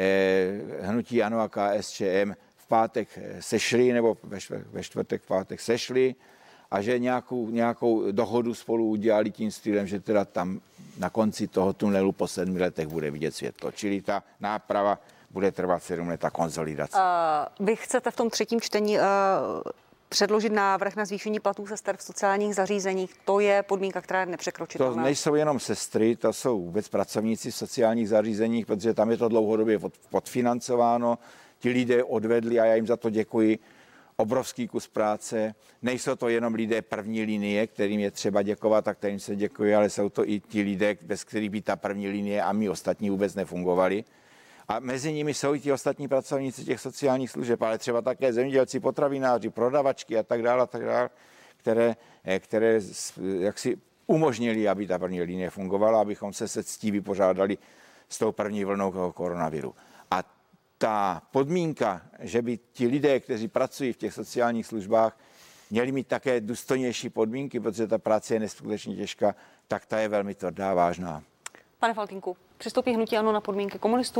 hnutí ANO a KSČM v pátek sešli, nebo ve čtvrtek v pátek sešli a že nějakou dohodu spolu udělali tím stylem, že teda tam na konci toho tunelu po 7 letech bude vidět světlo. Čili ta náprava bude trvat 7 let, ta konsolidace. Vy chcete v tom 3. čtení předložit návrh na zvýšení platů sester v sociálních zařízeních. To je podmínka, která je nepřekročitelná. To nejsou jenom sestry, to jsou vůbec pracovníci v sociálních zařízeních, protože tam je to dlouhodobě podfinancováno. Ti lidé odvedli, a já jim za to děkuji, obrovský kus práce. Nejsou to jenom lidé první linie, kterým je třeba děkovat a kterým se děkuje, ale jsou to i ti lidé, bez kterých by ta první linie a my ostatní vůbec nefungovali. A mezi nimi jsou i ti ostatní pracovníci těch sociálních služeb, ale třeba také zemědělci, potravináři, prodavačky a tak dále, které jaksi umožnili, aby ta první linie fungovala, abychom se ctí vypořádali s tou první vlnou koronaviru. A ta podmínka, že by ti lidé, kteří pracují v těch sociálních službách, měli mít také důstojnější podmínky, protože ta práce je neskutečně těžká, tak ta je velmi tvrdá, vážná. Pane Faltýnku, přistoupí hnutí ANO na podmínky komunistů?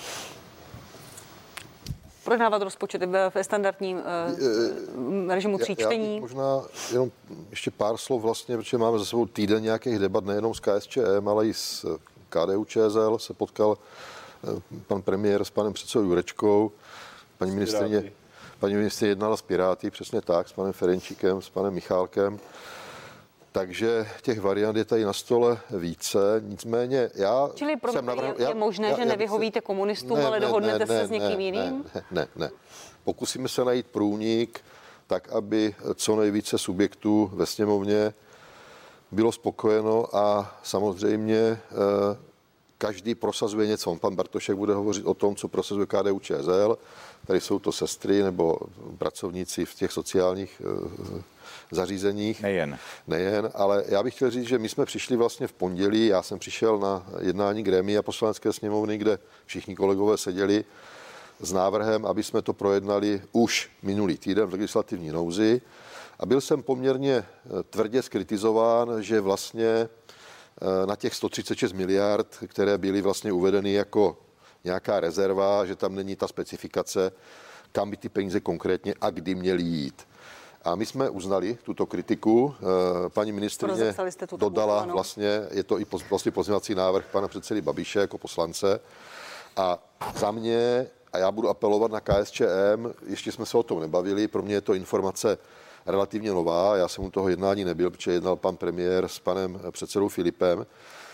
Projednávat rozpočet ve standardním režimu 3 čtení? Možná jenom ještě pár slov vlastně, protože máme za sebou týden nějakých debat nejenom s KSČM, ale i s KDU-ČSL se potkal pan premiér s panem předsedou Jurečkou, paní ministryně jednala s Piráty, přesně tak, s panem Ferenčíkem, s panem Michálkem. Takže těch variant je tady na stole více, nicméně já... Čili pro mě je možné, že nevyhovíte komunistům, ale dohodnete se s někým jiným? Ne. Pokusíme se najít průnik, tak aby co nejvíce subjektů ve sněmovně bylo spokojeno a samozřejmě každý prosazuje něco. Pan Bartošek bude hovořit o tom, co prosazuje KDU-ČSL. Tady jsou to sestry nebo pracovníci v těch sociálních zařízeních. Nejen, ale já bych chtěl říct, že my jsme přišli vlastně v pondělí, já jsem přišel na jednání grémia Poslanecké sněmovny, kde všichni kolegové seděli s návrhem, aby jsme to projednali už minulý týden v legislativní nouzi. A byl jsem poměrně tvrdě skritizován, že vlastně na těch 136 miliard, které byly vlastně uvedeny jako nějaká rezerva, že tam není ta specifikace, kam by ty peníze konkrétně a kdy měly jít. A my jsme uznali tuto kritiku. Paní ministryně dodala vlastně, je to i vlastně pozměňovací návrh pana předsedy Babiše jako poslance. A za mě, a já budu apelovat na KSČM, ještě jsme se o tom nebavili, pro mě je to informace relativně nová, já jsem u toho jednání nebyl, protože jednal pan premiér s panem předsedou Filipem.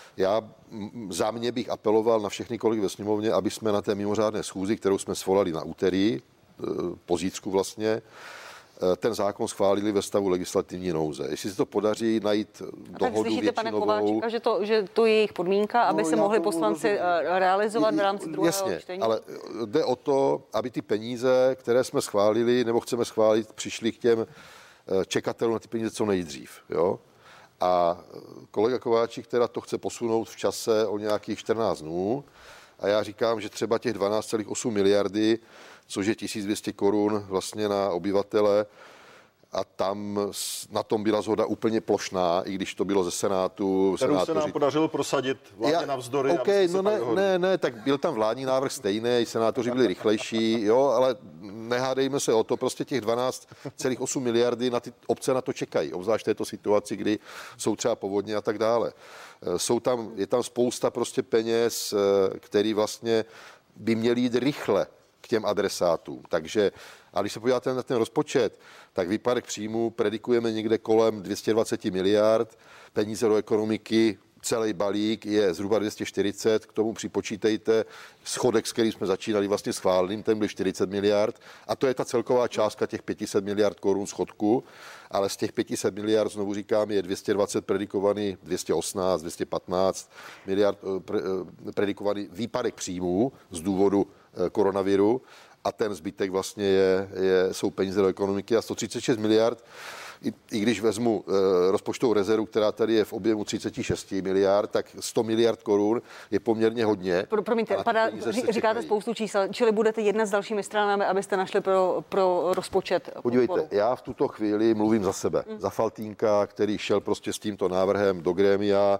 Za mě bych apeloval na všechny kolegy ve sněmovně, aby jsme na té mimořádné schůzi, kterou jsme svolali na úterý, po zítřku vlastně, ten zákon schválili ve stavu legislativní nouze. Jestli se to podaří najít dohodu většinovou... Pane Kováčika, že to je jejich podmínka, aby se mohli poslanci realizovat v rámci druhého čtení? Ale jde o to, aby ty peníze, které jsme schválili nebo chceme schválit, přišly k těm čekatelům na ty peníze co nejdřív. Jo? A kolega Kováčik teda to chce posunout v čase o nějakých 14 dnů a já říkám, že třeba těch 12,8 miliardy, což je 1200 korun vlastně na obyvatele, a tam na tom byla shoda úplně plošná, i když to bylo ze Senátu. Kterou se nám podařilo prosadit vládě navzdory. Okay, ne, tak byl tam vládní návrh stejný, senátoři byli rychlejší, jo, ale nehádejme se o to, prostě těch 12,8 miliardy na ty obce na to čekají, obzvlášť v této situaci, kdy jsou třeba povodně a tak dále. Je tam spousta prostě peněz, který vlastně by měly jít rychle k těm adresátům. Takže, a když se podíváte na ten rozpočet, tak výpadek příjmů predikujeme někde kolem 220 miliard, peníze do ekonomiky, celý balík je zhruba 240, k tomu připočítejte schodek, s kterým jsme začínali vlastně schváleným, ten byl 40 miliard a to je ta celková částka těch 500 miliard korun schodku, ale z těch 500 miliard, znovu říkám, je 220 predikovaný, 218, 215 miliard predikovaný výpadek příjmů z důvodu koronaviru a ten zbytek vlastně jsou peníze do ekonomiky a 136 miliard, i když vezmu rozpočtovou rezervu, která tady je v objemu 36 miliard, tak 100 miliard korun je poměrně hodně. Promiňte, říkáte spoustu čísel, čili budete jednat s dalšími stranami, abyste našli pro rozpočet podívejte, podporu. Já v tuto chvíli mluvím za sebe, za Faltýnka, který šel prostě s tímto návrhem do grémia,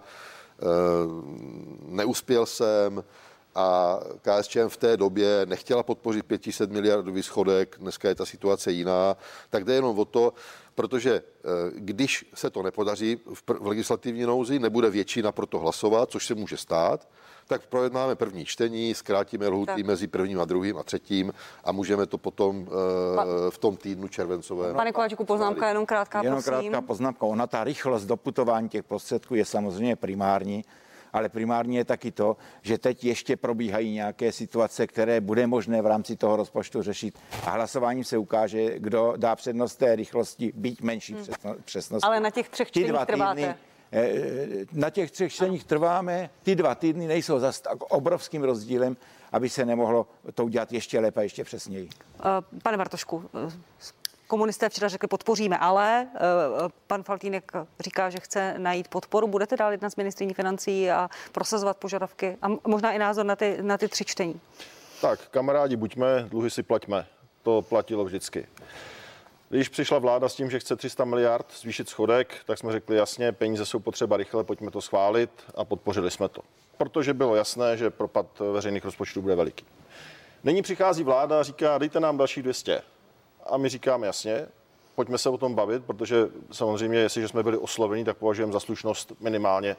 neuspěl jsem, a KSČM v té době nechtěla podpořit 500 miliardový schodek, dneska je ta situace jiná, tak jde jenom o to, protože když se to nepodaří v legislativní nouzi, nebude většina pro to hlasovat, což se může stát, tak projednáme první čtení, zkrátíme lhůty mezi prvním a druhým a třetím a můžeme to potom v tom týdnu červencovém. Pane Kováčiku, poznámka jenom krátká, prosím. Jenom krátká poznámka. Ona ta rychlost doputování těch prostředků je samozřejmě primární, ale primárně je taky to, že teď ještě probíhají nějaké situace, které bude možné v rámci toho rozpočtu řešit. A hlasováním se ukáže, kdo dá přednost té rychlosti, byť menší přesnosti. Ale na těch 3 čteních trváte. Na těch 3 čteních trváme, ty 2 týdny nejsou zas tak obrovským rozdílem, aby se nemohlo to udělat ještě lépe, ještě přesněji. Pane Bartošku, komunisté včera řekli podpoříme, ale pan Faltýnek říká, že chce najít podporu. Budete dál jednat s ministryní financí a prosazovat požadavky a možná i názor na ty 3 čtení? Tak, kamarádi, buďme, dluhy si plaťme. To platilo vždycky. Když přišla vláda s tím, že chce 300 miliard zvýšit schodek, tak jsme řekli jasně, peníze jsou potřeba rychle, pojďme to schválit a podpořili jsme to. Protože bylo jasné, že propad veřejných rozpočtů bude veliký. Nyní přichází vláda a říká, dejte nám další 200. A my říkáme jasně, pojďme se o tom bavit, protože samozřejmě, jestliže jsme byli osloveni, tak považujeme za slušnost minimálně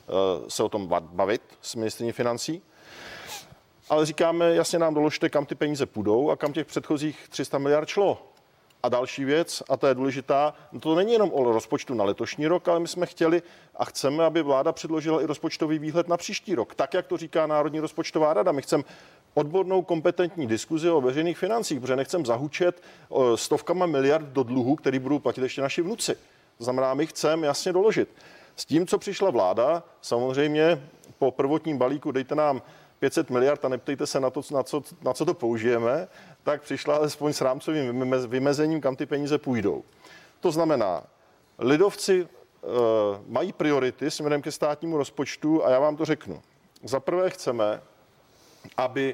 se o tom bavit s ministryní financí. Ale říkáme, jasně nám doložte, kam ty peníze půjdou a kam těch předchozích 300 miliard šlo. A další věc, a to je důležitá, to není jenom o rozpočtu na letošní rok, ale my jsme chtěli a chceme, aby vláda předložila i rozpočtový výhled na příští rok. Tak, jak to říká Národní rozpočtová rada. My chceme odbornou kompetentní diskuzi o veřejných financích, protože nechceme zahučet stovkama miliard do dluhu, který budou platit ještě naši vnuci. To znamená, my chceme jasně doložit. S tím, co přišla vláda, samozřejmě po prvotním balíku dejte nám 500 miliard a neptejte se na co to použijeme, tak přišla alespoň s rámcovým vymezením, kam ty peníze půjdou. To znamená, lidovci mají priority směrem ke státnímu rozpočtu a já vám to řeknu. Za prvé chceme, aby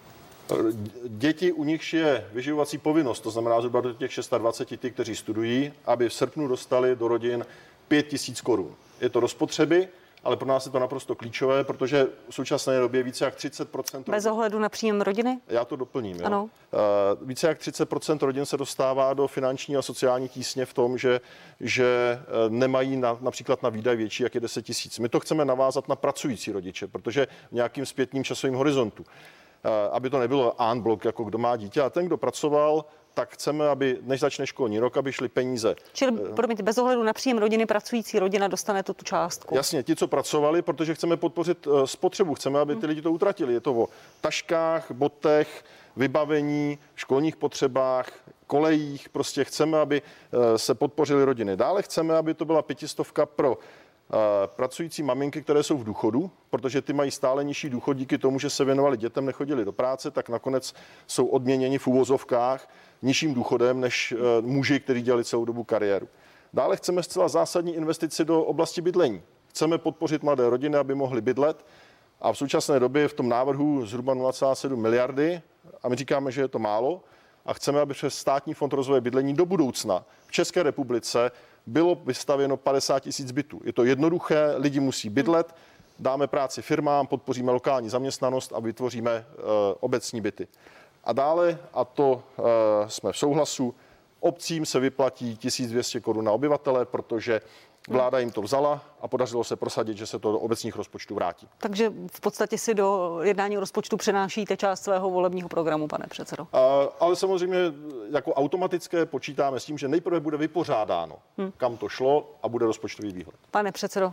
děti, u nichž je vyživovací povinnost, to znamená zhruba do těch 26 ty, kteří studují, aby v srpnu dostali do rodin 5 000 korun. Je to do spotřeby, ale pro nás je to naprosto klíčové, protože v současné době více jak 30%... Bez ohledu na příjem rodiny? Já to doplním. Ano. Více jak 30% rodin se dostává do finanční a sociální tísně v tom, že nemají například na výdaj větší, jak je 10 000. My to chceme navázat na pracující rodiče, protože v nějakým zpětným časovým horizontu. Aby to nebylo en bloc, jako kdo má dítě. A ten, kdo pracoval, tak chceme, aby než začne školní rok, aby šly peníze. Čili, promiňte, bez ohledu na příjem rodiny, pracující rodina dostane tu částku. Jasně, ti, co pracovali, protože chceme podpořit spotřebu, chceme, aby ty lidi to utratili. Je to o taškách, botech, vybavení, školních potřebách, kolejích. Prostě chceme, aby se podpořily rodiny. Dále chceme, aby to byla 500 pro pracující maminky, které jsou v důchodu, protože ty mají stále nižší důchod díky tomu, že se věnovali dětem, nechodili do práce, tak nakonec jsou odměněni v uvozovkách nižším důchodem než muži, kteří dělali celou dobu kariéru. Dále chceme zcela zásadní investici do oblasti bydlení. Chceme podpořit mladé rodiny, aby mohly bydlet a v současné době je v tom návrhu zhruba 0,7 miliardy a my říkáme, že je to málo a chceme, aby přes Státní fond rozvoje bydlení do budoucna v České republice bylo vystavěno 50 000 bytů. Je to jednoduché, lidi musí bydlet, dáme práci firmám, podpoříme lokální zaměstnanost a vytvoříme obecní byty. A dále, a to jsme v souhlasu, obcím se vyplatí 1200 korun na obyvatele, protože vláda jim to vzala a podařilo se prosadit, že se to do obecních rozpočtů vrátí. Takže v podstatě si do jednání o rozpočtu přenášíte část svého volebního programu, pane předsedo. Ale samozřejmě jako automatické počítáme s tím, že nejprve bude vypořádáno, kam to šlo a bude rozpočtový výhled. Pane předsedo,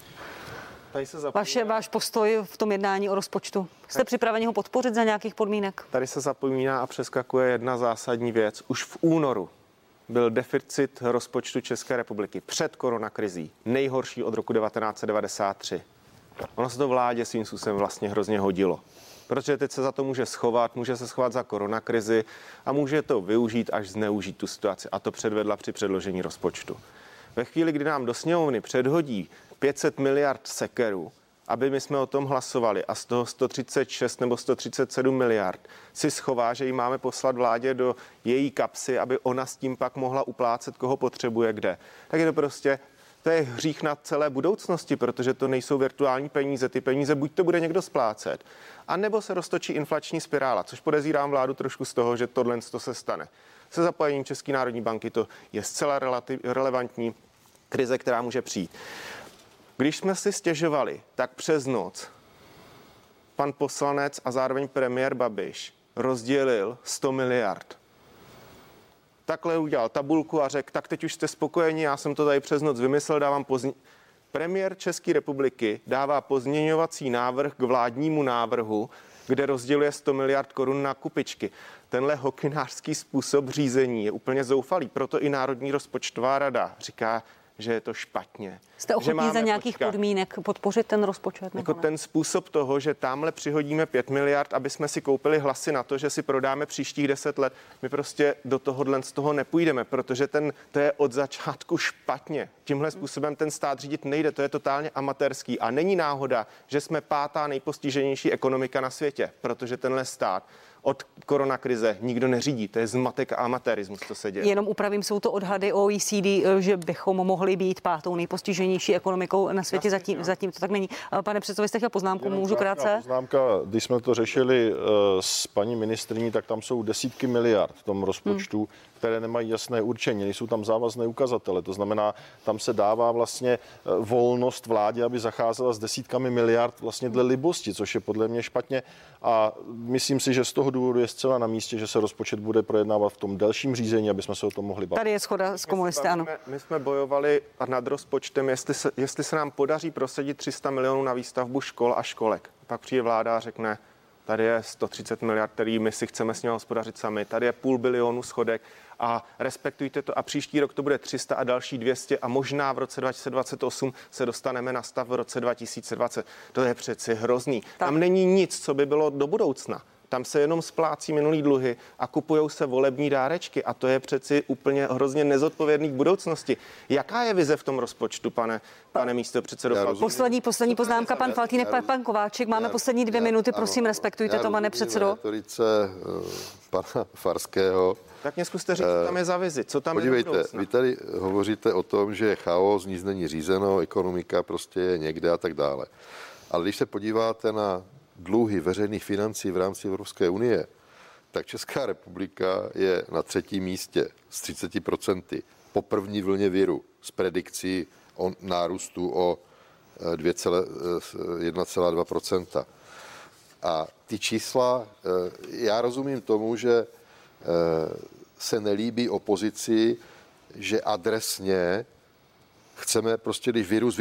váš postoj v tom jednání o rozpočtu. Jste připraveni ho podpořit za nějakých podmínek? Tady se zapomíná a přeskakuje jedna zásadní věc. Už v únoru byl deficit rozpočtu České republiky před koronakrizí nejhorší od roku 1993. Ono se to vládě svým způsobem vlastně hrozně hodilo. Protože teď se za to může se schovat za koronakrizi a může to využít až zneužít tu situaci. A to předvedla při předložení rozpočtu. Ve chvíli, kdy nám do sněmovny předhodí 500 miliard sekerů, aby my jsme o tom hlasovali a z toho 136 nebo 137 miliard si schová, že ji máme poslat vládě do její kapsy, aby ona s tím pak mohla uplácet, koho potřebuje kde. Tak je to je hřích na celé budoucnosti, protože to nejsou virtuální peníze. Ty peníze buď to bude někdo splácet, anebo se roztočí inflační spirála, což podezírám vládu trošku z toho, že tohle se stane. Se zapojením České národní banky to je zcela relevantní krize, která může přijít. Když jsme si stěžovali, tak přes noc pan poslanec a zároveň premiér Babiš rozdělil 100 miliard. Takhle udělal tabulku a řekl, tak teď už jste spokojeni, já jsem to tady přes noc vymyslel, dávám Premiér České republiky dává pozměňovací návrh k vládnímu návrhu, kde rozděluje 100 miliard korun na kupičky. Tenhle hokynářský způsob řízení je úplně zoufalý, proto i Národní rozpočtová rada říká, že je to špatně. Jste ochotní za nějakých podmínek podpořit ten rozpočet? Jako ten způsob toho, že tamhle přihodíme 5 miliard, aby jsme si koupili hlasy na to, že si prodáme příštích 10 let, my prostě do tohohle z toho nepůjdeme, protože to je od začátku špatně. Tímhle způsobem ten stát řídit nejde, to je totálně amatérský a není náhoda, že jsme 5. nejpostiženější ekonomika na světě, protože tenhle stát od koronakrize nikdo neřídí. To je zmatek a amatérismus, co se děje. Jenom upravím, jsou to odhady OECD, že bychom mohli být 5. nejpostiženější ekonomikou na světě. Zatím to tak není. Pane předsedo, vy jste chtěl poznámku, můžu krátce? Poznámka, když jsme to řešili s paní ministryní, tak tam jsou desítky miliard v tom rozpočtu, které nemají jasné určení, nejsou tam závazné ukazatele. To znamená, tam se dává vlastně volnost vládě, aby zacházela s desítkami miliard vlastně dle libosti, což je podle mě špatně. A myslím si, že z toho důvodu je zcela na místě, že se rozpočet bude projednávat v tom dalším řízení, aby jsme se o tom mohli bavit. Tady je shoda s komunisty, ano. My jsme bojovali nad rozpočtem, jestli se nám podaří prosadit 300 milionů na výstavbu škol a školek. Pak přijde vláda a řekne, tady je 130 miliard, který my si chceme s ním hospodařit sami. Tady je 500 milionu schodek a respektujte to. A příští rok to bude 300 a další 200 a možná v roce 2028 se dostaneme na stav v roce 2020. To je přeci hrozný. Tam není nic, co by bylo do budoucna. Tam se jenom splácí minulý dluhy a kupujou se volební dárečky a to je přeci úplně hrozně nezodpovědný k budoucnosti. Jaká je vize v tom rozpočtu, pane místopředsedo? Poslední poznámka, pan Faltýnek, pan Kováčik, máme poslední 2 minuty, prosím, respektujte to, pane předsedo. Retorice pana Farského. Tak mě zkuste říct, co tam je za vizi, co tam podívejte, je do budoucna. vy tady hovoříte o tom, že je chaos, nic není řízeno, ekonomika prostě je někde a tak dále. Ale když se podíváte na dluhy veřejných financí v rámci Evropské unie, tak Česká republika je na 3. místě s 30% po první vlně viru s predikcí o nárůstu o 1,2%. A ty čísla, já rozumím tomu, že se nelíbí opozici, že adresně chceme prostě, když virus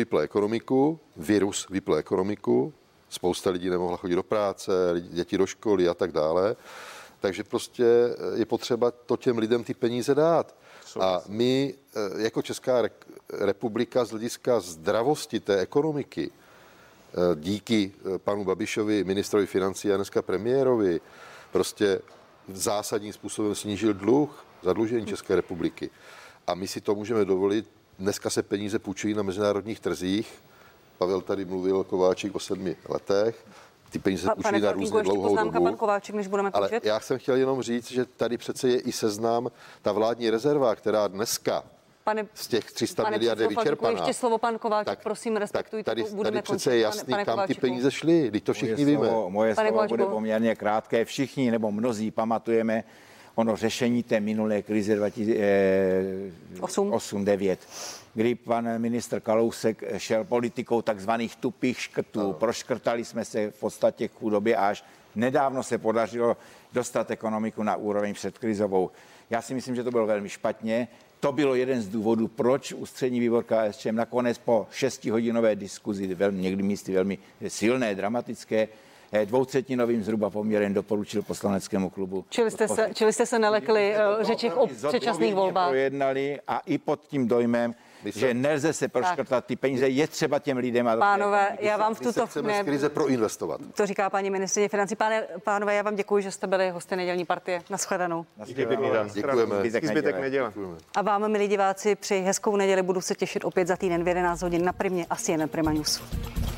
vyple ekonomiku, spousta lidí nemohla chodit do práce, děti do školy a tak dále. Takže prostě je potřeba to těm lidem ty peníze dát. A my jako Česká republika z hlediska zdravosti té ekonomiky díky panu Babišovi, ministrovi financí a dneska premiérovi, prostě zásadním způsobem snížil zadlužení České republiky. A my si to můžeme dovolit. Dneska se peníze půjčují na mezinárodních trzích. Pavel tady mluvil, Kováčik, o 7 letech. Ty peníze půjčují na různě dlouhou dobu. Pan Kováčik, než budeme ale já jsem chtěl jenom říct, že tady přece je i seznam, ta vládní rezerva, která dneska z těch 300 miliard je vyčerpaná. Ještě slovo, pan Kováčik, prosím, respektujte. Tady přece je jasný, kam ty peníze šly. Teď to všichni víme. Moje slovo bude poměrně krátké. Všichni nebo mnozí pamatujeme ono řešení té minulé krize 2008-2009, kdy pan ministr Kalousek šel politikou takzvaných tupých škrtů. Proškrtali jsme se v podstatě k chudobě až nedávno se podařilo dostat ekonomiku na úroveň předkrizovou. Já si myslím, že to bylo velmi špatně. To bylo jeden z důvodů, proč ústřední výbor KSČM nakonec po 6hodinové diskuzi, někdy místy velmi silné, dramatické, 2/3 zhruba poměrem doporučil poslaneckému klubu. Čili jste se nelekli řeči o předčasných volbách. Projednali a i pod tím dojmem, že nelze se proškrtat ty peníze, je třeba těm lidem. Pánové, já vám v tuto chceme z krize proinvestovat. To říká paní ministryně financí. Pánové, já vám děkuji, že jste byli hosty nedělní partie. Naschledanou. Děkujeme. Zbytek neděle. A vám, milí diváci, přeji hezkou neděli. Budu se těšit opět za týden v 11 hodin na Primě a CNN Prima News.